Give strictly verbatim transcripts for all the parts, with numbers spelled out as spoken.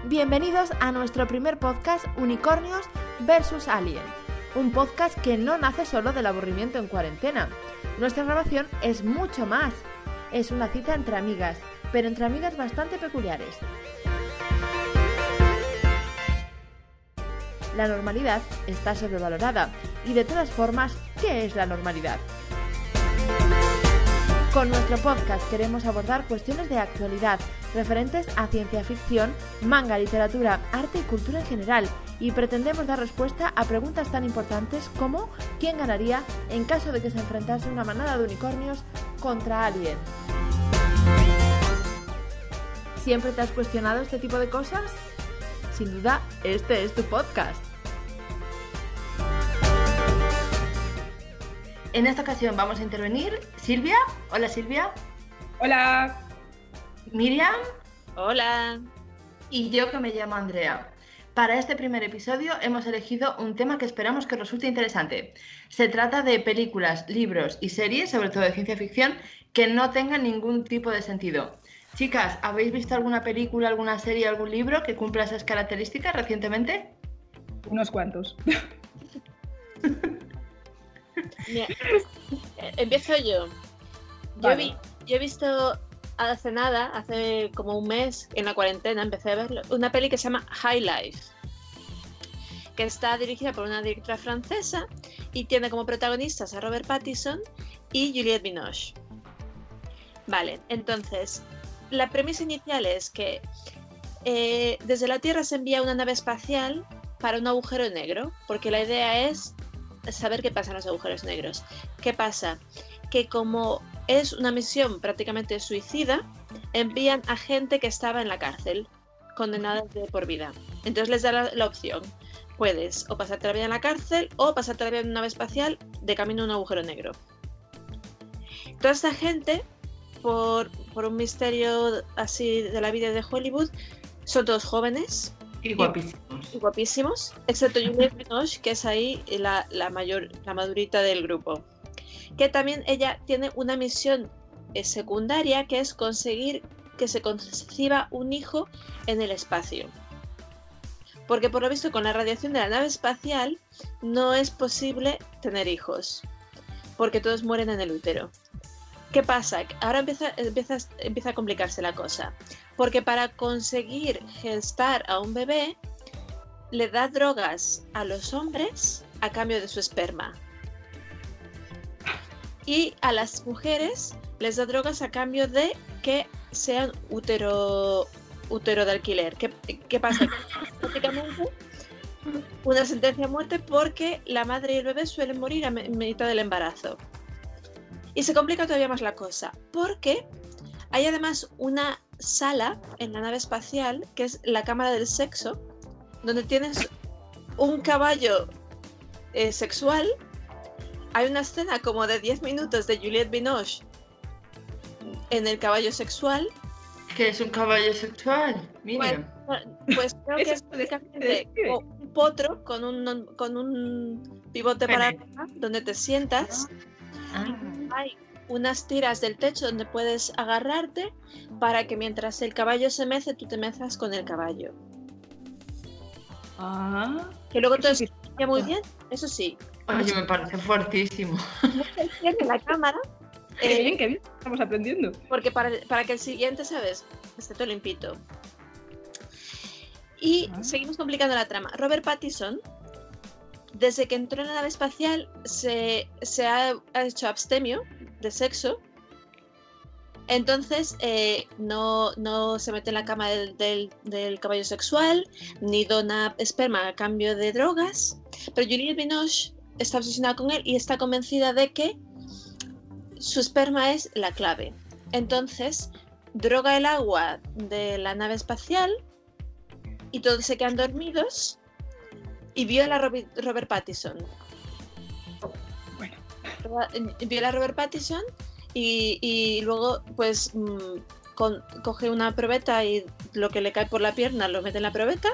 Bienvenidos a nuestro primer podcast Unicornios versus Alien, un podcast que no nace solo del aburrimiento en cuarentena. Nuestra grabación es mucho más. Es una cita entre amigas, pero entre amigas bastante peculiares. La normalidad está sobrevalorada y de todas formas, ¿qué es la normalidad? Con nuestro podcast queremos abordar cuestiones de actualidad referentes a ciencia ficción, manga, literatura, arte y cultura en general, y pretendemos dar respuesta a preguntas tan importantes como ¿quién ganaría en caso de que se enfrentase una manada de unicornios contra Alien? ¿Siempre te has cuestionado este tipo de cosas? Sin duda, este es tu podcast. En esta ocasión vamos a intervenir Silvia. Hola Silvia. Hola. Miriam. Hola. Y yo, que me llamo Andrea. Para este primer episodio hemos elegido un tema que esperamos que resulte interesante. Se trata de películas, libros y series, sobre todo de ciencia ficción, que no tengan ningún tipo de sentido. Chicas, ¿habéis visto alguna película, alguna serie, algún libro que cumpla esas características recientemente? Unos cuantos. Mira, empiezo yo. Yo, vale. vi, yo he visto hace nada, hace como un mes, en la cuarentena, empecé a verlo, una peli que se llama High Life, que está dirigida por una directora francesa y tiene como protagonistas a Robert Pattinson y Juliette Binoche. Vale, entonces, la premisa inicial es que eh, desde la Tierra se envía una nave espacial para un agujero negro, porque la idea es saber qué pasa en los agujeros negros. ¿Qué pasa? Que como es una misión prácticamente suicida, envían a gente que estaba en la cárcel, condenada de por vida. Entonces les da la, la opción. Puedes o pasarte la vida en la cárcel o pasarte la vida en una nave espacial de camino a un agujero negro. Toda esta gente, por, por un misterio así de la vida de Hollywood, son todos jóvenes. Y guapísimos. Y guapísimos, excepto Juliette Binoche, que es ahí la, la mayor, la madurita del grupo. Que también ella tiene una misión eh, secundaria, que es conseguir que se conciba un hijo en el espacio. Porque por lo visto con la radiación de la nave espacial no es posible tener hijos, porque todos mueren en el útero. ¿Qué pasa? Ahora empieza, empieza, empieza a complicarse la cosa. Porque para conseguir gestar a un bebé, le da drogas a los hombres a cambio de su esperma. Y a las mujeres les da drogas a cambio de que sean útero, útero de alquiler. ¿Qué, qué pasa? Prácticamente una sentencia a muerte porque la madre y el bebé suelen morir a mitad del embarazo. Y se complica todavía más la cosa, porque hay además una sala en la nave espacial, que es la cámara del sexo, donde tienes un caballo eh, sexual. Hay una escena como de diez minutos de Juliette Binoche en el caballo sexual. ¿Qué es un caballo sexual? Mira. Bueno, pues creo que es prácticamente un potro con un, con un pivote para arriba, donde te sientas. Ah. Hay unas tiras del techo donde puedes agarrarte para que mientras el caballo se mece, tú te mezclas con el caballo. Ah. Que luego todo se escucha muy bien, eso sí. Oye, me parece fuertísimo. En la cámara. Qué eh, bien, qué bien. Estamos aprendiendo. Porque para, para que el siguiente, ¿sabes? Esté todo limpito. Y Ah. seguimos complicando la trama. Robert Pattinson, desde que entró en la nave espacial, se, se ha, ha hecho abstemio de sexo. Entonces eh, no, no se mete en la cama del, del, del caballo sexual, ni dona esperma a cambio de drogas. Pero Juliette Binoche está obsesionada con él y está convencida de que su esperma es la clave. Entonces droga el agua de la nave espacial y todos se quedan dormidos y viola a Robert, Robert Pattinson. Bueno. Viola a Robert Pattinson y, y luego pues mmm, con, coge una probeta y lo que le cae por la pierna lo mete en la probeta.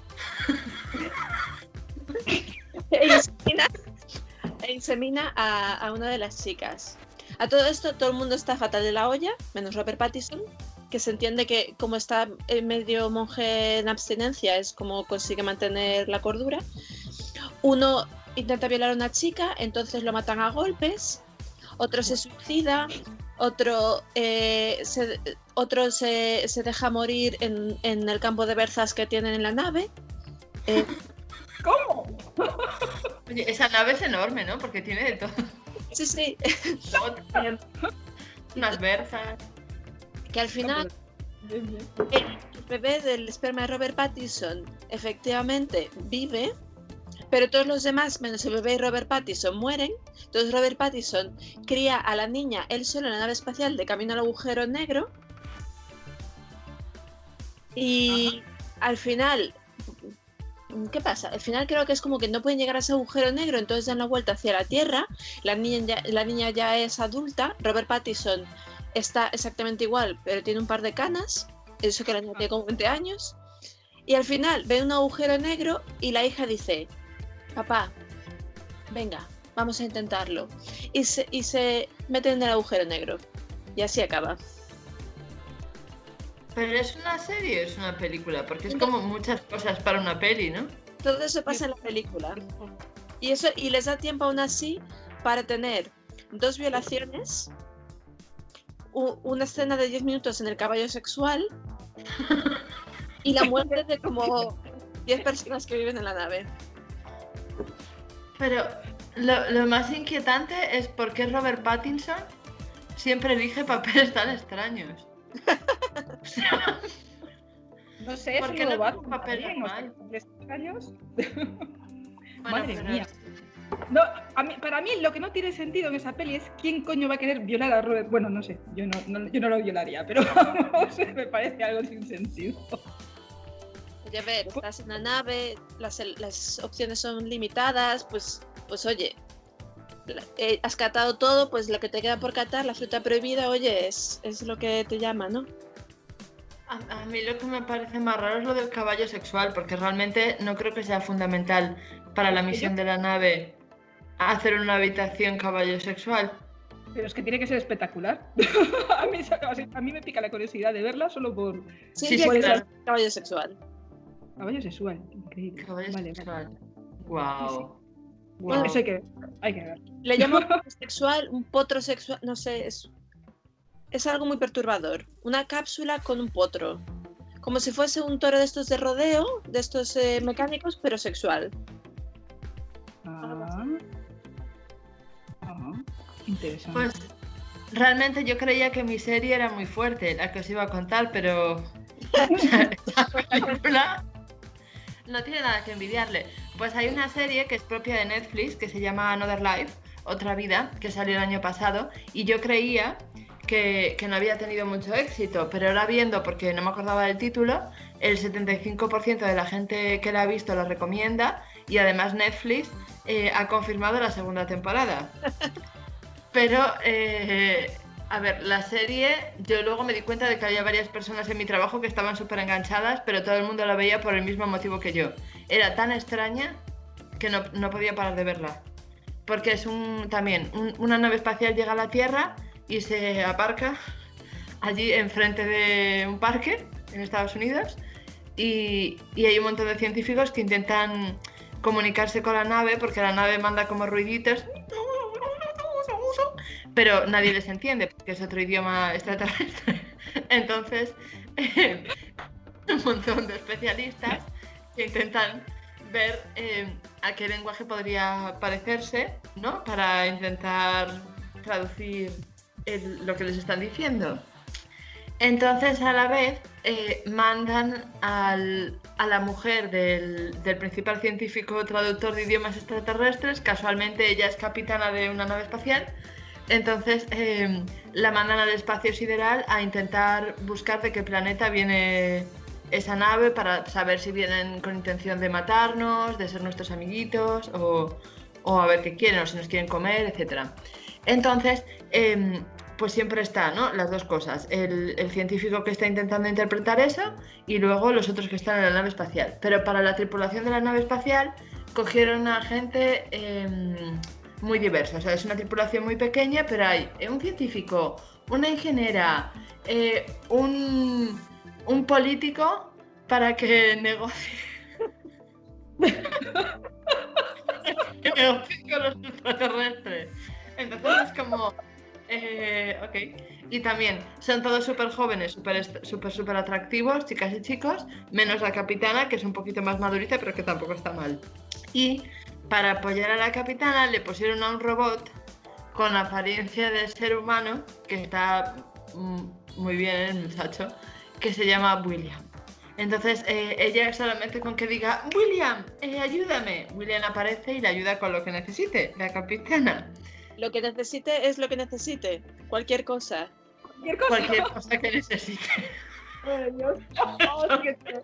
e insemina, e insemina a, a una de las chicas. A todo esto todo el mundo está fatal de la olla, menos Robert Pattinson, que se entiende que como está eh, medio monje en abstinencia es como consigue mantener la cordura. Uno intenta violar a una chica, entonces lo matan a golpes. Otro se suicida. Otro, eh, se, otro se, se deja morir en, en el campo de berzas que tienen en la nave. Eh, ¿Cómo? Oye, esa nave es enorme, ¿no? Porque tiene de todo. sí, sí. Luego tiene unas berzas. Que al final Bien, bien. el bebé del esperma de Robert Pattinson efectivamente vive, pero todos los demás, menos el bebé y Robert Pattinson, mueren. Entonces Robert Pattinson cría a la niña él solo en la nave espacial de camino al agujero negro. Y al final, ¿qué pasa? Al final creo que es como que no pueden llegar a ese agujero negro, entonces dan la vuelta hacia la Tierra. La niña ya, la niña ya es adulta. Robert Pattinson está exactamente igual, pero tiene un par de canas. Eso que la niña tiene como veinte años. Y al final ve un agujero negro y la hija dice: papá, venga, vamos a intentarlo. Y se, y se mete en el agujero negro. Y así acaba. ¿Pero es una serie o es una película? Porque es No. como muchas cosas para una peli, ¿no? Todo eso pasa en la película. Y, eso, y les da tiempo aún así para tener dos violaciones, u- una escena de diez minutos en el caballo sexual y la muerte de como diez personas que viven en la nave. Pero lo, lo más inquietante es por qué Robert Pattinson siempre elige papeles tan extraños. O sea, No sé, eso ¿por qué no no va coge un papel bien, o sea, normal? ¿de estos años? Bueno, Madre pero- mía. No, a mí, para mí lo que no tiene sentido en esa peli es quién coño va a querer violar a Robert. Bueno, no sé, yo no, no- yo no lo violaría, pero no sé, me parece algo sin sentido. Oye, a ver, estás en una nave, las, las opciones son limitadas, pues, pues oye, la- eh, has catado todo, pues lo que te queda por catar, la fruta prohibida, oye, es, es lo que te llama, ¿no? A, a mí lo que me parece más raro es lo del caballo sexual, porque realmente no creo que sea fundamental para la misión de la nave hacer una habitación caballo sexual. Pero es que tiene que ser espectacular. a, mí, a mí me pica la curiosidad de verla solo por Sí, Sí, sí, sí, por claro. eso es caballo sexual. caballo sexual. Increíble. Caballo Vale, vale. sexual. Wow. Bueno, Eso hay que ver, hay que ver. Le llamo sexual, un potro sexual, no sé, es, es algo muy perturbador. Una cápsula con un potro. Como si fuese un toro de estos de rodeo, de estos eh, mecánicos, pero sexual. Ah, ah, interesante. Pues realmente yo creía que mi serie era muy fuerte, la que os iba a contar, pero o sea, esta película no tiene nada que envidiarle. Pues hay una serie que es propia de Netflix que se llama Another Life, Otra Vida, que salió el año pasado, y yo creía que, que no había tenido mucho éxito, pero ahora viendo, porque no me acordaba del título, el setenta y cinco por ciento de la gente que la ha visto la recomienda, y además Netflix eh, ha confirmado la segunda temporada. Pero, eh, a ver, la serie, yo luego me di cuenta de que había varias personas en mi trabajo que estaban súper enganchadas, pero todo el mundo la veía por el mismo motivo que yo. Era tan extraña que no, no podía parar de verla. Porque es un, también, un- una nave espacial llega a la Tierra y se aparca allí enfrente de un parque en Estados Unidos y, y hay un montón de científicos que intentan comunicarse con la nave porque la nave manda como ruiditos, pero nadie les entiende porque es otro idioma extraterrestre. Entonces, eh, un montón de especialistas que intentan ver eh, a qué lenguaje podría parecerse, ¿no? Para intentar traducir el- lo que les están diciendo. Entonces, a la vez, eh, mandan al- a la mujer del, del principal científico traductor de idiomas extraterrestres, casualmente ella es capitana de una nave espacial, entonces eh, la mandan al espacio sideral a intentar buscar de qué planeta viene esa nave para saber si vienen con intención de matarnos, de ser nuestros amiguitos o, o a ver qué quieren o si nos quieren comer, etcétera. Entonces, eh, pues siempre está, ¿no? Las dos cosas, el, el científico que está intentando interpretar eso y luego los otros que están en la nave espacial. Pero para la tripulación de la nave espacial cogieron a gente eh, muy diversa, o sea, es una tripulación muy pequeña, pero hay un científico una ingeniera, eh, un, un político para que negocie. que negocie con los extraterrestres. Entonces es como. Eh, ok. Y también son todos súper jóvenes, súper, súper, súper atractivos, chicas y chicos, menos la capitana, que es un poquito más madurita, pero que tampoco está mal. Y para apoyar a la capitana le pusieron a un robot con apariencia de ser humano, que está mm, muy bien el muchacho, que se llama William. Entonces eh, ella solamente con que diga William, eh, ayúdame, William aparece y le ayuda con lo que necesite, la capitana. Lo que necesite es lo que necesite, cualquier cosa. Cualquier cosa, Cualquier cosa que necesite. Ay, Dios. Oh, qué feo.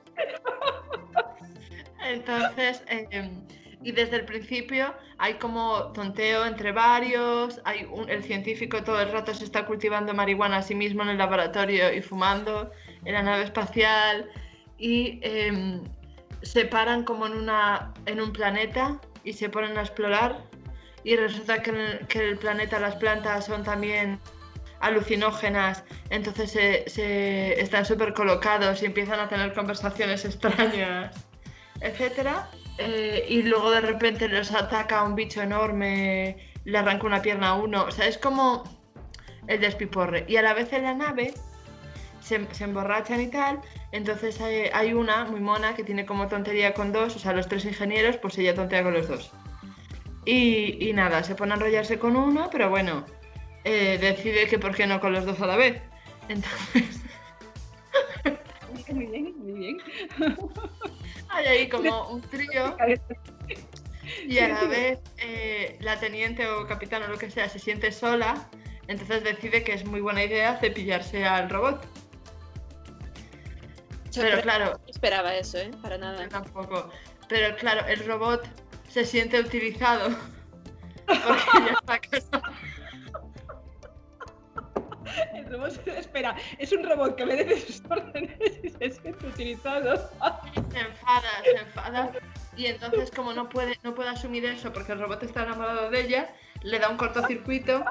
Entonces, eh, y desde el principio hay como tonteo entre varios, hay un, el científico todo el rato se está cultivando marihuana a sí mismo en el laboratorio y fumando en la nave espacial y eh, se paran como en, una, en un planeta y se ponen a explorar y resulta que en el, que en el planeta las plantas son también alucinógenas, entonces se, se están súper colocados y empiezan a tener conversaciones extrañas, etcétera. Eh, y luego de repente los ataca un bicho enorme, le arranca una pierna a uno, o sea, es como el despiporre. Y a la vez en la nave se, se emborrachan y tal, entonces hay, hay una muy mona que tiene como tontería con dos, o sea, los tres ingenieros, pues ella tontea con los dos. Y, y nada, se pone a enrollarse con uno, pero bueno, eh, decide que por qué no con los dos a la vez. Entonces... Muy bien, muy bien. Hay ahí como un trío y a la vez eh, la teniente o capitán o lo que sea se siente sola, entonces decide que es muy buena idea cepillarse al robot. Pero claro, no esperaba eso, ¿eh? Para nada. yo tampoco. Pero claro, el robot se siente utilizado porque ya está casado. El robot, espera, es un robot que obedece sus órdenes y se siente utilizado. Se enfada, se enfada y entonces como no puede, no puede asumir eso porque el robot está enamorado de ella, le da un cortocircuito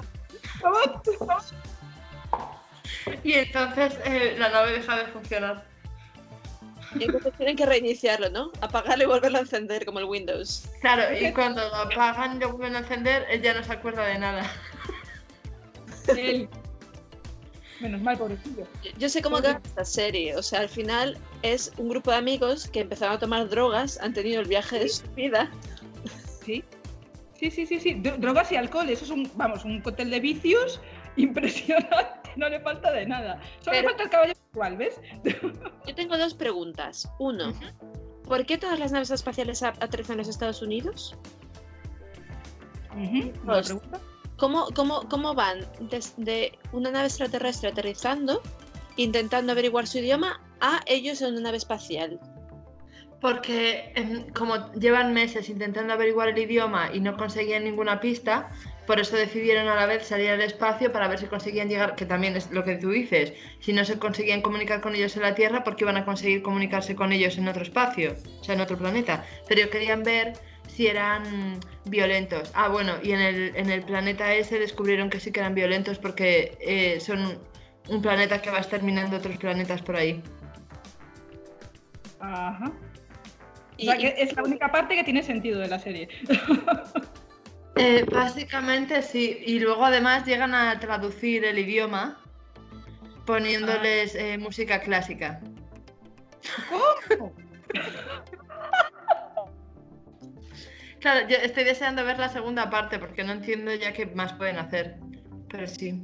y entonces eh, la nave deja de funcionar. Y entonces tienen que reiniciarlo, ¿no? Apagarlo y volverlo a encender como el Windows. Claro, y cuando lo apagan y lo vuelven a encender, él ya no se acuerda de nada. Él. Menos mal, pobrecillo. Yo sé cómo acaba esta serie, o sea, al final es un grupo de amigos que empezaron a tomar drogas, han tenido el viaje de su vida. Sí, sí, sí, sí, sí. Drogas y alcohol, eso es un, vamos, un cóctel de vicios impresionante, no le falta de nada. Solo Pero... le falta el caballo actual, ¿ves? Yo tengo dos preguntas. Uno, ¿por qué todas las naves espaciales aterrizan en los Estados Unidos? Uh-huh. Dos, pregunta? ¿Cómo, cómo, ¿Cómo van desde una nave extraterrestre aterrizando, intentando averiguar su idioma, a ellos en una nave espacial? Porque eh, como llevan meses intentando averiguar el idioma y no conseguían ninguna pista, por eso decidieron a la vez salir al espacio para ver si conseguían llegar, que también es lo que tú dices, si no se conseguían comunicar con ellos en la Tierra, ¿por qué iban a conseguir comunicarse con ellos en otro espacio? O sea, en otro planeta. Pero querían ver si eran violentos. Ah, bueno, y en el, en el planeta ese descubrieron que sí que eran violentos porque eh, son un planeta que va exterminando otros planetas por ahí. Ajá. O sea, que es la única parte que tiene sentido de la serie. Eh, básicamente sí, y luego además llegan a traducir el idioma poniéndoles eh, música clásica. ¿Cómo? Claro, yo estoy deseando ver la segunda parte porque no entiendo ya qué más pueden hacer, pero sí.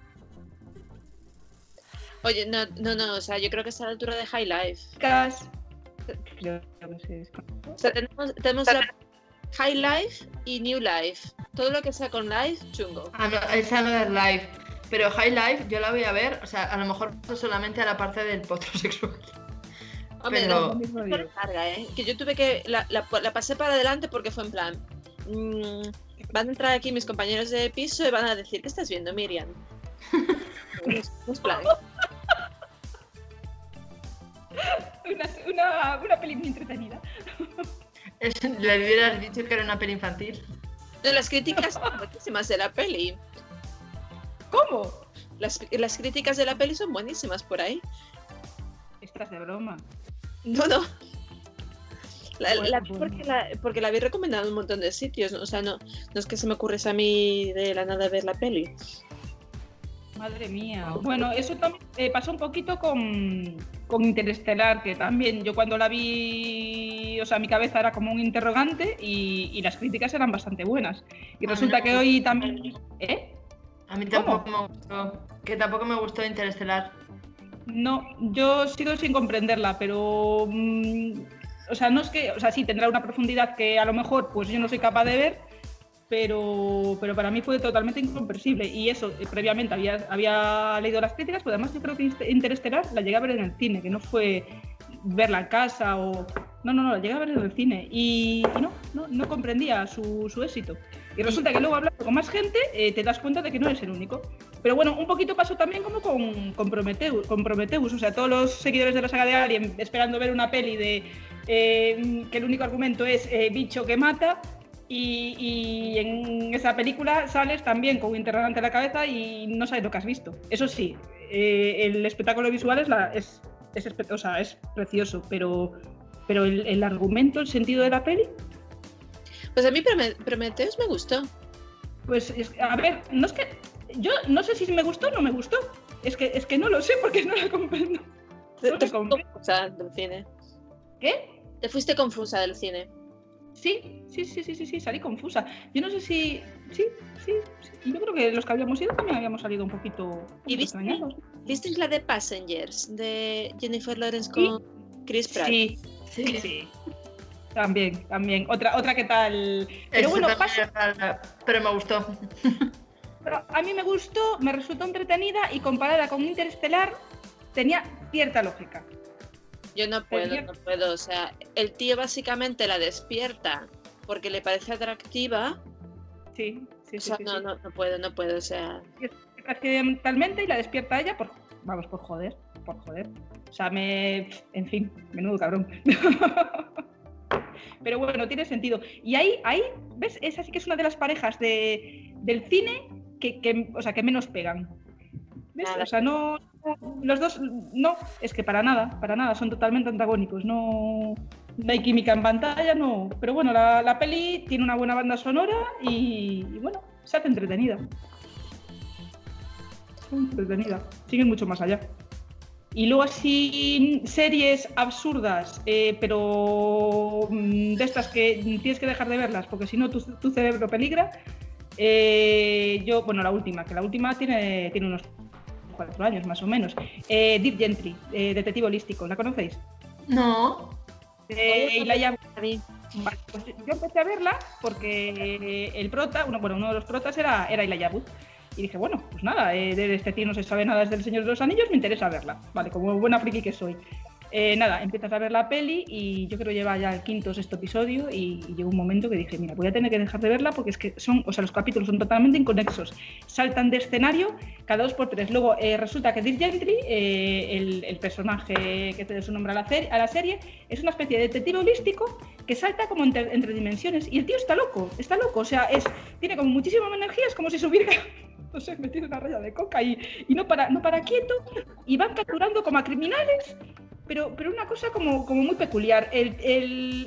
Oye, no, no, no, o sea, yo creo que está a la altura de High Life. Creo que sí. O sea, tenemos, tenemos la High Life y New Life. Todo lo que sea con Life, chungo. Ah, no, esa no es Life, pero High Life yo la voy a ver, o sea, a lo mejor solamente a la parte del potrosexual. Hombre, pero... no, no carga, ¿eh? Que yo tuve que... La, la, la pasé para adelante porque fue en plan... Mmm, van a entrar aquí mis compañeros de piso y van a decir, ¿qué estás viendo, Miriam? No es plan. Una, una, una peli muy entretenida. Es, le hubieras dicho que era una peli infantil. No, las críticas son muchísimas de la peli. ¿Cómo? Las, las críticas de la peli son buenísimas por ahí. Estás de broma. No, no. La, Bueno, la, bueno. porque, la, porque la habéis recomendado en un montón de sitios, ¿no? O sea, no, no es que se me ocurre a mí de la nada ver la peli. Madre mía. Bueno, eso también eh, pasó un poquito con, con Interestelar, que también yo cuando la vi, o sea, mi cabeza era como un interrogante y, y las críticas eran bastante buenas. Y A resulta mí no que me hoy gustó. también... ¿Eh? A mí ¿Cómo? tampoco me gustó. Que tampoco me gustó Interestelar. No, yo sigo sin comprenderla, pero... mmm, o sea, no es que... O sea, sí, tendrá una profundidad que a lo mejor pues yo no soy capaz de ver, pero, pero para mí fue totalmente incomprensible. Y eso, eh, previamente había, había leído las críticas, pero además yo creo que Interestelar la llegué a ver en el cine, que no fue verla en casa o... No, no, no, la llegué a ver en el cine y, y no, no, no comprendía su, su éxito. Y resulta que luego hablando con más gente eh, te das cuenta de que no eres el único. Pero bueno, un poquito pasó también como con, con, Prometheus, con Prometheus, o sea, todos los seguidores de la saga de Alien esperando ver una peli de eh, que el único argumento es eh, bicho que mata, y, y en esa película sales también con un interrogante en la cabeza y no sabes lo que has visto. Eso sí, eh, el espectáculo visual es, la, es, es, o sea, es precioso, pero, pero el, el argumento, el sentido de la peli... Pues a mí Prometheus me gustó. Pues, es, a ver, no es que... Yo no sé si me gustó o no me gustó. Es que, es que no lo sé porque no la comprendo. Te, No te la fuiste comprendo. confusa del cine. ¿Qué? Te fuiste confusa del cine. Sí, sí, sí, sí, sí, sí, salí confusa. Yo no sé si... Sí, sí, sí. Yo creo que los que habíamos ido también habíamos salido un poquito, un poquito ¿Y viste, extrañados. viste la de Passengers de Jennifer Lawrence Sí. con Chris Pratt? Sí, Sí. sí, sí. También, también. Otra, otra que tal... Pero Eso bueno, también pasa... es rara, pero me gustó. Pero a mí me gustó, me resultó entretenida y comparada con Interestelar tenía cierta lógica. Yo no puedo, Tenía- no puedo. O sea, el tío básicamente la despierta porque le parece atractiva. Sí, sí, O sí. sea, sí, no, sí. no, no puedo, no puedo. O sea, Accidentalmente y la despierta a ella por, vamos, por joder, por joder. O sea, me, en fin, menudo cabrón. Pero bueno, tiene sentido. Y ahí, ahí, ¿ves? Esa sí que es una de las parejas de, del cine que, que, o sea, que menos pegan. ¿Ves? Nada. O sea, no, los dos, no, es que para nada, para nada, son totalmente antagónicos. No, no hay química en pantalla, no. Pero bueno, la, la peli tiene una buena banda sonora y, y bueno, se hace entretenida. Entretenida, sigue mucho más allá. Y luego así series absurdas, eh, pero mm, de estas que tienes que dejar de verlas porque si no tu, tu cerebro peligra. Eh, yo, bueno, la última, que la última tiene, tiene unos cuatro años más o menos. Eh, Deep Gentry, eh, Detective Holístico, ¿la conocéis? No. Eh, y la llamo... David, Vale, pues yo empecé a verla porque el prota, uno, bueno, uno de los protas era, era Elijah Wood. Y dije, bueno, pues nada, eh, de este tío no se sabe nada desde El Señor de los Anillos, me interesa verla. Vale, como buena friki que soy. Eh, nada, empiezas a ver la peli y yo creo que lleva ya el quinto o sexto episodio y, y llegó un momento que dije, mira, voy a tener que dejar de verla porque es que son, o sea, los capítulos son totalmente inconexos. Saltan de escenario cada dos por tres. Luego eh, resulta que Dirk Gently, eh, el, el personaje que te dé su nombre a la, a la serie, es una especie de detective holístico que salta como entre, entre dimensiones y el tío está loco, está loco, o sea, es, tiene como muchísima energía, es como si se hubiera... no sé, metido una raya de coca y, y no, para, no para quieto, y van capturando como a criminales, pero, pero una cosa como, como muy peculiar. El, el,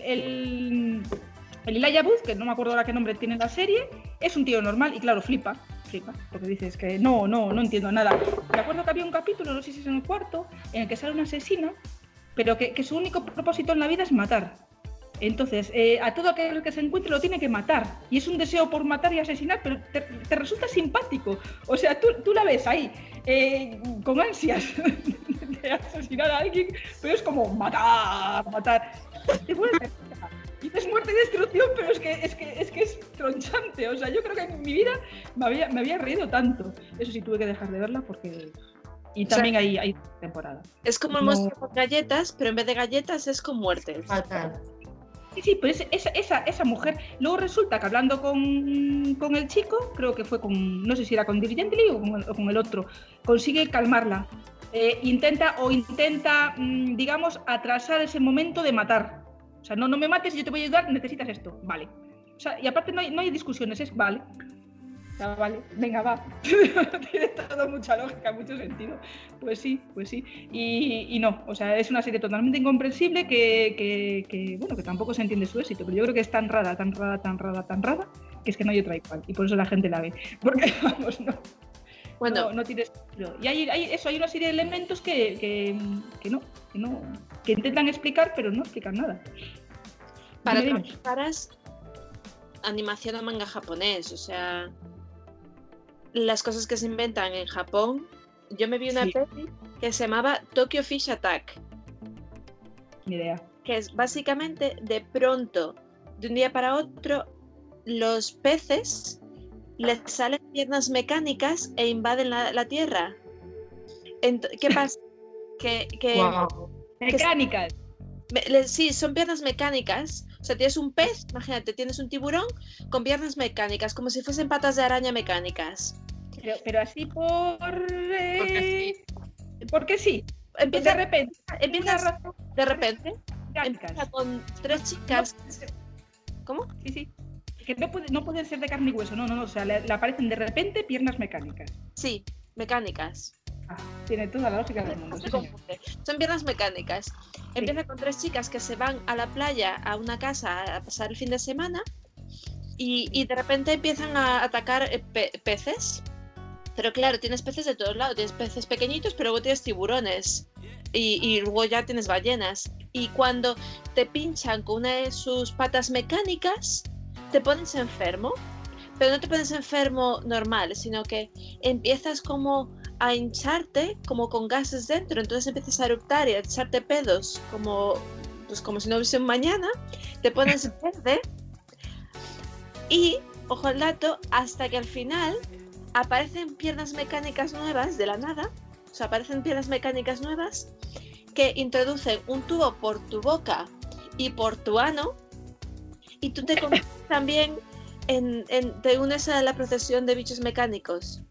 el, el Elijah Wood, que no me acuerdo ahora qué nombre tiene en la serie, es un tío normal y claro, flipa, flipa, porque dices que no, no, no entiendo nada. Me acuerdo que había un capítulo, no sé si es en el cuarto, en el que sale una asesina, pero que, que su único propósito en la vida es matar. Entonces, eh, a todo aquel que se encuentre lo tiene que matar. Y es un deseo por matar y asesinar, pero te, te resulta simpático. O sea, tú, tú la ves ahí, eh, con ansias de asesinar a alguien, pero es como matar, matar. Te vuelve y es muerte y destrucción, pero es que, es que es que es tronchante. O sea, yo creo que en mi vida me había, me había reído tanto. Eso sí, tuve que dejar de verla porque... Y también o sea, hay, hay temporada. Es como el no... monstruo con galletas, pero en vez de galletas es con muertes. Fatal. Sí, sí, pero esa, esa, esa mujer, luego resulta que hablando con, con el chico, creo que fue con, no sé si era con Dirk Gently o con el, o con el otro, consigue calmarla, eh, intenta o intenta, mmm, digamos, atrasar ese momento de matar. O sea, no, no me mates, yo te voy a ayudar, necesitas esto, vale. O sea, y aparte no hay, no hay discusiones, es vale. Ah, vale, venga, va. Tiene todo mucha lógica, mucho sentido. Pues sí, pues sí. Y, y no, o sea, es una serie totalmente incomprensible que, que, que, bueno, que tampoco se entiende su éxito, pero yo creo que es tan rara, tan rara, tan rara, tan rara, que es que no hay otra igual. Y por eso la gente la ve. Porque, vamos, no. Bueno, No, no tiene sentido. Y hay, hay eso, hay una serie de elementos que, que, que no, que no, que intentan explicar, pero no explican nada. para Dime, otras caras, animación a manga japonés, o sea, las cosas que se inventan en Japón. Yo me vi una Sí. peli que se llamaba Tokyo Fish Attack, ni idea. que es básicamente de pronto, de un día para otro, los peces les salen piernas mecánicas e invaden la, la tierra. Ent- ¿Qué pasa? Que, que Wow. Mecánicas. me- le- sí, son piernas mecánicas. O sea, tienes un pez, imagínate, tienes un tiburón con piernas mecánicas, como si fuesen patas de araña mecánicas. Pero, pero así por... eh, Porque Porque sí. Empieza, De repente. empieza una razón de repente, mecánicas. empieza con tres chicas. ¿Cómo? Sí, sí. Que no, puede, no pueden ser de carne y hueso, no, no, no. O sea, le, le aparecen de repente piernas mecánicas. Sí, mecánicas. Ah, tiene toda la lógica del mundo. No Sí, se señor. confunde. Son piernas mecánicas. Empieza con tres chicas que se van a la playa, a una casa, a pasar el fin de semana. Y, y de repente empiezan a atacar eh, pe- peces. Pero claro, tienes peces de todos lados. Tienes peces pequeñitos, pero luego tienes tiburones. Y, y luego ya tienes ballenas. Y cuando te pinchan con una de sus patas mecánicas, te pones enfermo. Pero no te pones enfermo normal, sino que empiezas como a hincharte, como con gases dentro. Entonces empiezas a eructar y a echarte pedos, como, pues como si no hubiese un mañana. Te pones verde. Y, ojo al dato, hasta que al final aparecen piernas mecánicas nuevas de la nada. O sea, aparecen piernas mecánicas nuevas que introducen un tubo por tu boca y por tu ano. Y tú te conviertes también en, en, te unes a la procesión de bichos mecánicos.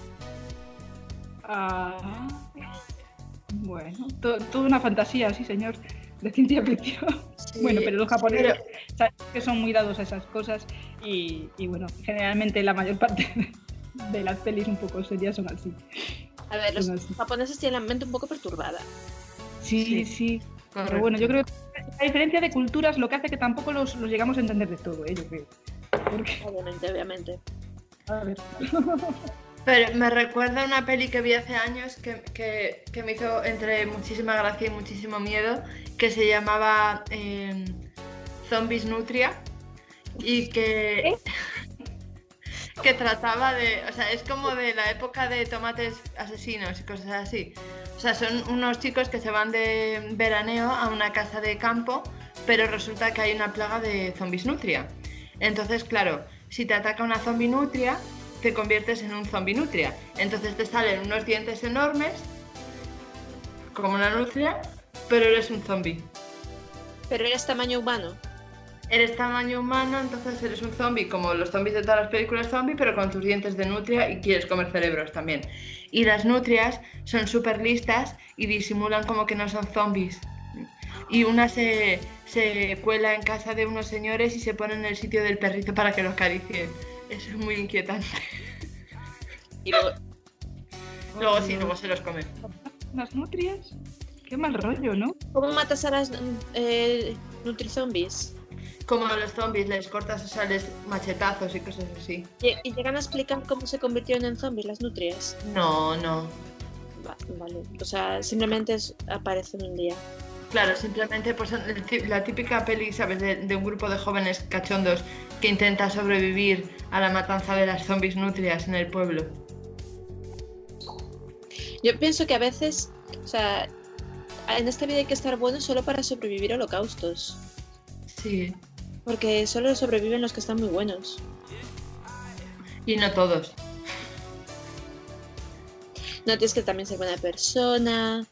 Ah, bueno, to- toda una fantasía, sí, señor, de ciencia ficción. Sí, Bueno, pero los japoneses pero- sabes que son muy dados a esas cosas y, y bueno, generalmente la mayor parte de las pelis un poco serias son así. A ver, los Son así. japoneses tienen la mente un poco perturbada. Sí, Sí, sí. Pero correcto. bueno, yo creo que la diferencia de culturas lo que hace que tampoco los, los llegamos a entender de todo, ¿eh? Yo creo. Porque, Obviamente, obviamente. a ver. Pero me recuerda a una peli que vi hace años que, que, que me hizo entre muchísima gracia y muchísimo miedo, que se llamaba eh, Zombies Nutria y que, que trataba de, o sea, es como de la época de tomates asesinos y cosas así. O sea, son unos chicos que se van de veraneo a una casa de campo, pero resulta que hay una plaga de zombies nutria. Entonces, claro, si te ataca una zombie nutria, te conviertes en un zombie nutria. Entonces te salen unos dientes enormes, como una nutria, pero eres un zombie. Pero eres tamaño humano. Eres tamaño humano, entonces eres un zombie, como los zombies de todas las películas zombie, pero con tus dientes de nutria y quieres comer cerebros también. Y las nutrias son súper listas y disimulan como que no son zombies. Y una se, se cuela en casa de unos señores y se pone en el sitio del perrito para que lo acaricie. Eso es muy inquietante. Y luego, Luego sí, luego se los come. Las nutrias, qué mal rollo, ¿no? ¿cómo matas a las eh, nutrizombies? Como a los zombies, les cortas, o sea, les machetazos y cosas así. ¿Y, y llegan a explicar cómo se convirtieron en zombies las nutrias? No, no. Va- vale, o sea, simplemente es- aparecen un día. Claro, simplemente pues el ti- la típica peli, ¿sabes? De, de un grupo de jóvenes cachondos que intenta sobrevivir a la matanza de las zombies nutrias en el pueblo. Yo pienso que a veces, o sea, en esta vida hay que estar bueno solo para sobrevivir a holocaustos. Sí. Porque solo sobreviven los que están muy buenos. Y no todos. No tienes que también ser buena persona.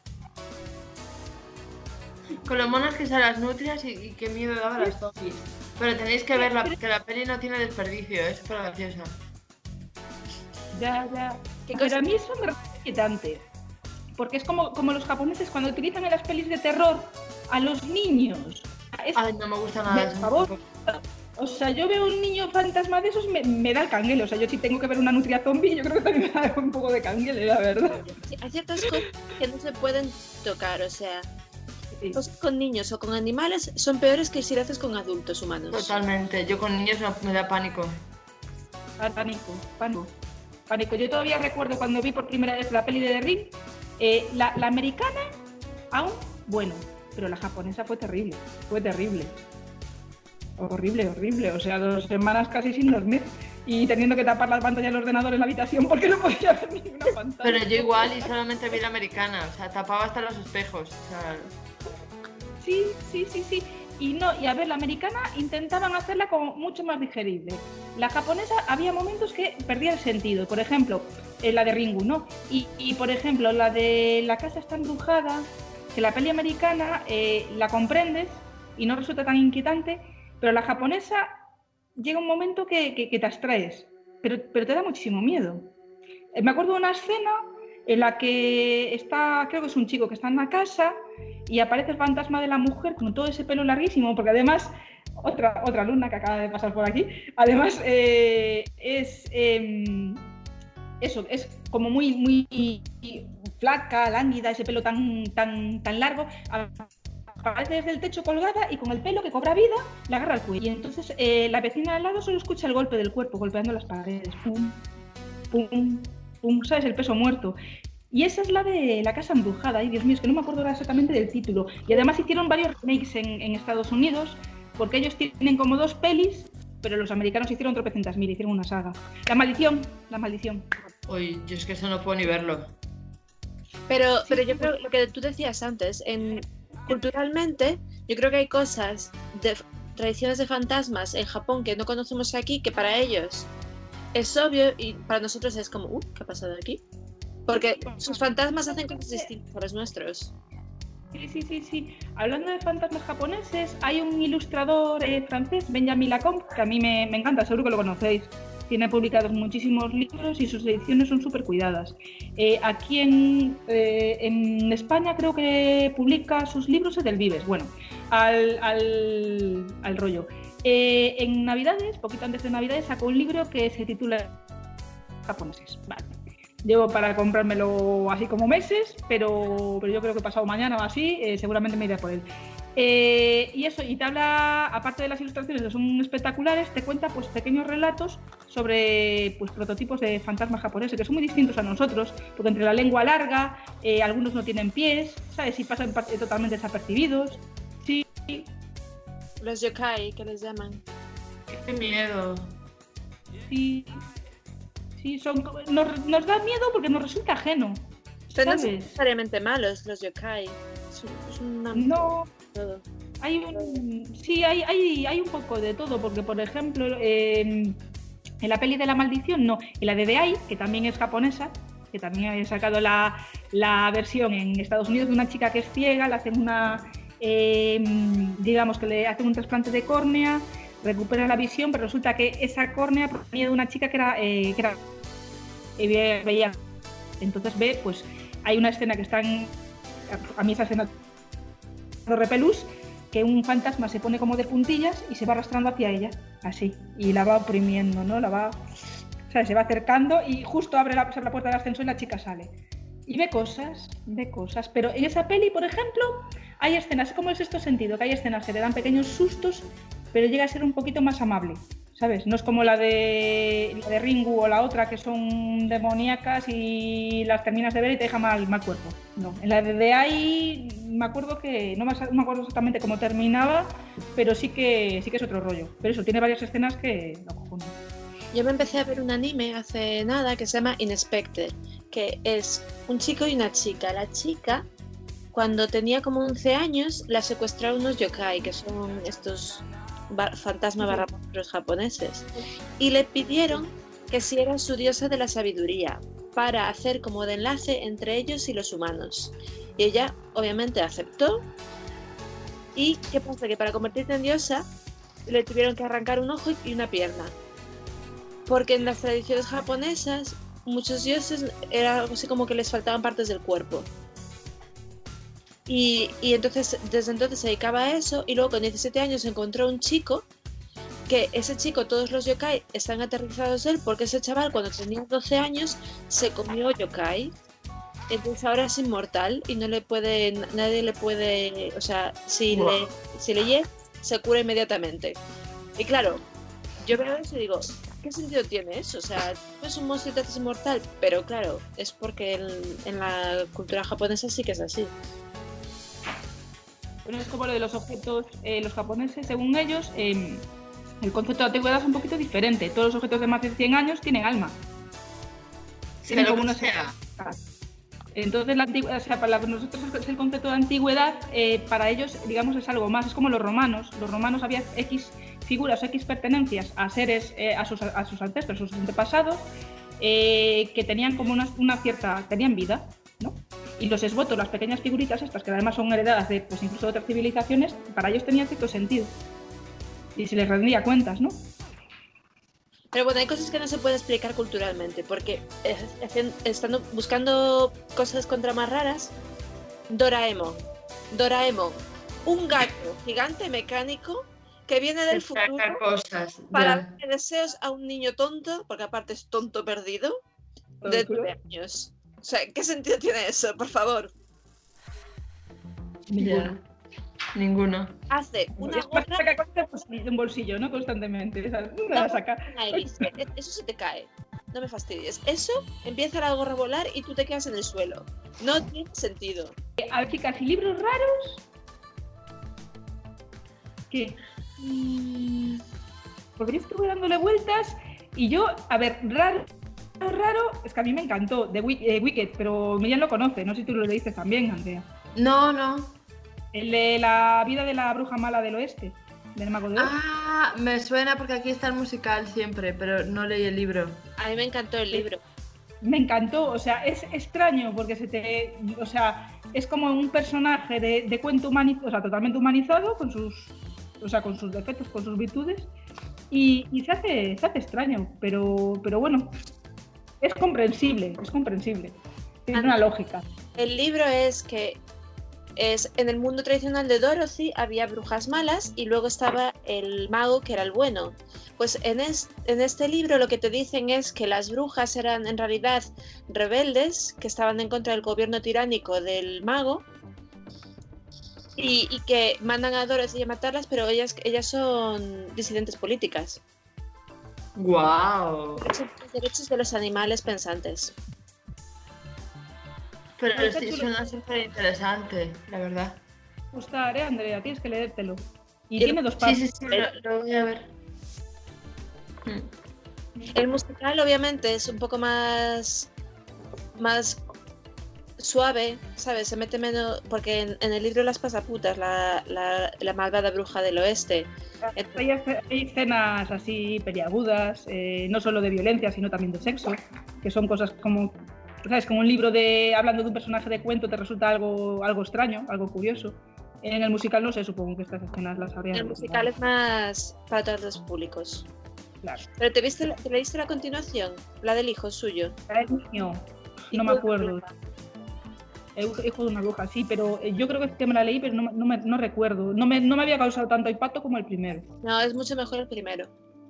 Con lo monas que son las nutrias y, y qué miedo daba a las zombies. Pero tenéis que verla, porque la peli no tiene desperdicio, es súper graciosa. Ya, ya. ¿Qué Pero cosa? a mí eso me resulta inquietante. Porque es como, como los japoneses cuando utilizan en las pelis de terror a los niños. Es, Ay, no me gusta nada por eso. favor, O sea, yo veo un niño fantasma de esos, me, me da el canguele. O sea, yo si tengo que ver una nutria zombie, yo creo que también me da un poco de canguele, la verdad. Sí, hay ciertas cosas que no se pueden tocar, o sea, sí. Cosas con niños o con animales son peores que si lo haces con adultos humanos. Totalmente, yo con niños no, me da pánico. Pánico, pánico, pánico. Yo todavía recuerdo cuando vi por primera vez la peli de The Ring, eh, la, la americana, aún, bueno, pero la japonesa fue terrible, fue terrible. Horrible, horrible, o sea, dos semanas casi sin dormir y teniendo que tapar las pantallas del ordenador en la habitación porque no podía ver ninguna pantalla. Pero yo igual y solamente vi la americana, o sea, tapaba hasta los espejos, o sea... Sí, sí, sí, sí. Y no, y a ver, la americana intentaban hacerla como mucho más digerible. La japonesa había momentos que perdía el sentido, por ejemplo, eh, la de Ringu, ¿no? Y, y por ejemplo, la de La casa está embrujada, que la peli americana eh, la comprendes y no resulta tan inquietante, pero la japonesa llega un momento que, que, que te abstraes, pero, pero te da muchísimo miedo. Eh, me acuerdo de una escena en la que está, creo que es un chico que está en la casa y aparece el fantasma de la mujer con todo ese pelo larguísimo, porque además, otra, otra alumna que acaba de pasar por aquí, además eh, es, eh, eso, es como muy, muy flaca, lánguida, ese pelo tan, tan, tan largo, aparece desde el techo colgada y con el pelo que cobra vida le agarra el cuello. Y entonces eh, la vecina al lado solo escucha el golpe del cuerpo golpeando las paredes, pum, pum, pum, ¿sabes? El peso muerto. Y esa es la de La casa embrujada. Ay, Dios mío, es que no me acuerdo ahora exactamente del título. Y además hicieron varios remakes en, en Estados Unidos, porque ellos tienen como dos pelis, pero los americanos hicieron tropecientas mil, hicieron una saga. La maldición, la maldición. Uy, yo es que eso no puedo ni verlo. Pero, sí, pero yo creo lo que tú decías antes, en, culturalmente, yo creo que hay cosas de tradiciones de fantasmas en Japón que no conocemos aquí, que para ellos es obvio y para nosotros es como, uh, ¿qué ha pasado aquí? Porque sus fantasmas hacen cosas distintas a los nuestros. Sí, sí, sí, sí. Hablando de fantasmas japoneses, hay un ilustrador eh, francés, Benjamin Lacombe, que a mí me, me encanta, seguro que lo conocéis. Tiene publicados muchísimos libros y sus ediciones son súper cuidadas. Eh, aquí en, eh, en España creo que publica sus libros en el Vives. Bueno, al, al, al rollo. Eh, en Navidades, poquito antes de Navidades, sacó un libro que se titula Japoneses. Vale. Llevo para comprármelo así como meses, pero, pero yo creo que pasado mañana o así, eh, seguramente me iré por él. Eh, y eso, y te habla, aparte de las ilustraciones que son espectaculares, te cuenta pues pequeños relatos sobre pues prototipos de fantasmas japoneses que son muy distintos a nosotros, porque entre la lengua larga, eh, algunos no tienen pies, ¿sabes? Y pasan totalmente desapercibidos. Sí. Los yokai, que les llaman. ¡Qué miedo! Sí. Sí, son, nos, nos da miedo porque nos resulta ajeno. Pero no son necesariamente malos los yokai. Es, es una... No. Todo. Hay un, sí, hay, hay, hay un poco de todo, porque por ejemplo, eh, en la peli de la maldición, no, en la de The Eye, que también es japonesa, que también he sacado la, la versión en Estados Unidos de una chica que es ciega, le hacen una, eh, digamos que le hacen un trasplante de córnea, recupera la visión, pero resulta que esa córnea provenía de una chica que era, eh, que era eh, veía, entonces ve, pues hay una escena que están, a mí esa escena de repelús, que un fantasma se pone como de puntillas y se va arrastrando hacia ella, así, y la va oprimiendo, ¿no? La va, o sea, se va acercando y justo abre la, abre la puerta del ascensor y la chica sale. Y ve cosas, ve cosas, pero en esa peli, por ejemplo, hay escenas, ¿cómo es esto sentido? Que hay escenas que le dan pequeños sustos, pero llega a ser un poquito más amable, ¿sabes? No es como la de, la de Ringu o la otra, que son demoníacas y las terminas de ver y te deja mal, mal cuerpo. No, en la de The Eye me acuerdo que, no me, no me acuerdo exactamente cómo terminaba, pero sí que, sí que es otro rollo. Pero eso, tiene varias escenas que no cojones. Yo me empecé a ver un anime hace nada que se llama Inspector, que es un chico y una chica. La chica, cuando tenía como once años, la secuestraron unos yokai, que son estos fantasmas barra monstruos japoneses, y le pidieron que si era su diosa de la sabiduría para hacer como de enlace entre ellos y los humanos, y ella obviamente aceptó. Y qué pasa, que para convertirse en diosa le tuvieron que arrancar un ojo y una pierna, porque en las tradiciones japonesas muchos dioses era algo así como que les faltaban partes del cuerpo. Y, y entonces, desde entonces se dedicaba a eso, y luego con diecisiete años encontró un chico que ese chico, todos los yokai están aterrizados de él porque ese chaval cuando tenía doce años se comió yokai. Entonces ahora es inmortal y no le puede, nadie le puede, o sea, si wow. le si le llega, se cura inmediatamente. Y claro, yo veo eso y digo, ¿qué sentido tiene eso? O sea, no es un monstruo y te haces inmortal, pero claro, es porque en, en la cultura japonesa sí que es así. Bueno, es como lo de los objetos, eh, los japoneses, según ellos, eh, el concepto de antigüedad es un poquito diferente. Todos los objetos de más de cien años tienen alma. Tienen como una sea. Entonces, la antigüedad, o sea, para nosotros el concepto de antigüedad, eh, para ellos, digamos, es algo más. Es como los romanos. Los romanos había X figuras, X pertenencias a seres, eh, a, sus, a sus ancestros, a sus antepasados, eh, que tenían como una, una cierta, tenían vida, ¿no? Y los esbotos, las pequeñas figuritas estas, que además son heredadas de, pues, incluso de otras civilizaciones, para ellos tenían cierto sentido. Y se les rendía cuentas, ¿no? Pero bueno, hay cosas que no se pueden explicar culturalmente, porque eh, estando buscando cosas contra más raras, Doraemon. Doraemon, un gato gigante mecánico que viene del futuro cosas, para darle deseos a un niño tonto, porque aparte es tonto perdido, de nueve años. O sea, ¿qué sentido tiene eso? Por favor. Yeah. Ninguno. Hace una es gorra... de un bolsillo, ¿no? Constantemente. O sea, no, la saca. Eso se te cae. No me fastidies. Eso empieza la gorra a volar y tú te quedas en el suelo. No tiene sentido. A ver, chicas, ¿y libros raros? ¿Qué? Mm, porque yo estuve dándole vueltas y yo, a ver, raro, raro, es que a mí me encantó, de eh, Wicked, pero Miriam lo conoce, no sé si tú lo leíste también, Andrea. No, no. El de la vida de la bruja mala del oeste, del mago de Oz. Ah, me suena porque aquí está el musical siempre, pero no leí el libro. A mí me encantó el libro. Me encantó, o sea, es extraño porque se te, o sea, es como un personaje de, de cuento humanizado, o sea, totalmente humanizado con sus, o sea, con sus defectos, con sus virtudes y, y se hace, se hace extraño, pero, pero bueno, es comprensible, es comprensible, tiene una lógica. El libro es que es en el mundo tradicional de Dorothy había brujas malas y luego estaba el mago que era el bueno. Pues en, es, en este libro lo que te dicen es que las brujas eran en realidad rebeldes que estaban en contra del gobierno tiránico del mago y, y que mandan a Dorothy a matarlas, pero ellas, ellas son disidentes políticas. ¡Guau! Son los derechos de los animales pensantes. Pero sí, suena súper interesante, la verdad. Me gusta, ¿eh, Andrea? Tienes que leértelo. Y, y tiene dos partes. Sí, sí, sí, lo, lo voy a ver. El musical, obviamente, es un poco más, más suave, ¿sabes? Se mete menos... Porque en, en el libro Las Pasaputas, la, la, la malvada bruja del oeste... Hay, hay escenas así peliagudas, eh, no solo de violencia, sino también de sexo, que son cosas como... ¿Sabes? Como un libro de hablando de un personaje de cuento te resulta algo, algo extraño, algo curioso. En el musical no sé, supongo que estas escenas las habrían... El musical es más para todos los públicos. Claro. ¿Pero te, viste, te leíste la continuación? La del hijo suyo. La del niño, no me acuerdo. El hijo de una bruja, sí, pero yo creo que me la leí, pero no, no, me, no recuerdo. No me, no me había causado tanto impacto como el primero. No, es mucho mejor el primero.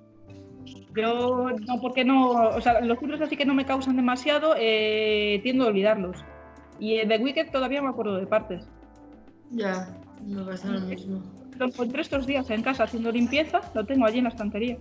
Yo no, porque no, o sea, los libros así que no me causan demasiado, eh, tiendo a olvidarlos. Y de Wicked todavía me acuerdo de partes. Ya, me pasa lo mismo. Lo encontré estos días en casa haciendo limpieza, lo tengo allí en la estantería.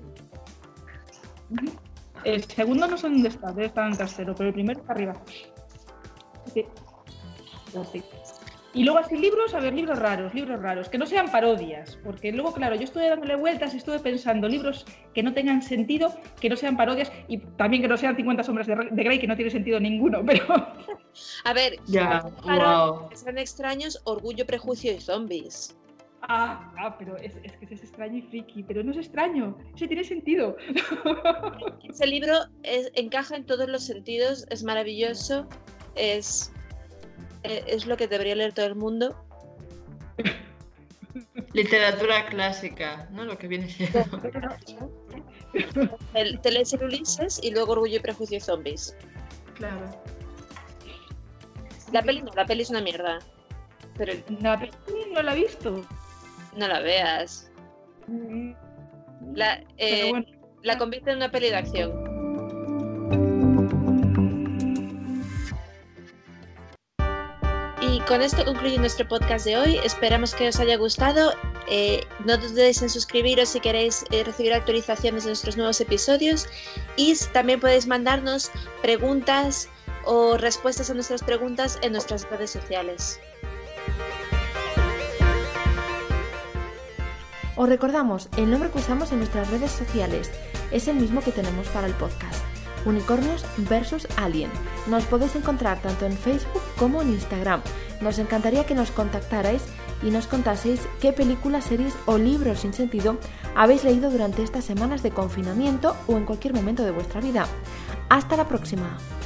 El segundo no sé dónde está, debe estar en el trasero, pero el primero está arriba. Sí. Sí. Y luego así libros, a ver, libros raros, libros raros, que no sean parodias, porque luego, claro, yo estuve dándole vueltas y estuve pensando libros que no tengan sentido, que no sean parodias y también que no sean cincuenta sombras de, de Grey, que no tiene sentido ninguno, pero... A ver, ya, wow. Que sean extraños, Orgullo, Prejuicio y Zombies. Ah, ah pero es, es que es extraño y friki, pero no es extraño, ese tiene sentido. Ese libro es, encaja en todos los sentidos, es maravilloso, es... es lo que debería leer todo el mundo. Literatura clásica, ¿no? Lo que viene siendo. El, te lees el Ulises y luego Orgullo y Prejuicio y Zombies. Claro. La peli no, la peli es una mierda. Pero la peli no la he visto. No la veas. La, eh, bueno. la convierte en una peli de acción. Y con esto concluye nuestro podcast de hoy. Esperamos que os haya gustado. Eh, no dudéis en suscribiros si queréis eh, recibir actualizaciones de nuestros nuevos episodios. Y también podéis mandarnos preguntas o respuestas a nuestras preguntas en nuestras redes sociales. Os recordamos, el nombre que usamos en nuestras redes sociales es el mismo que tenemos para el podcast: Unicornios versus Alien. Nos podéis encontrar tanto en Facebook como en Instagram. Nos encantaría que nos contactarais y nos contaseis qué películas, series o libros sin sentido habéis leído durante estas semanas de confinamiento o en cualquier momento de vuestra vida. ¡Hasta la próxima!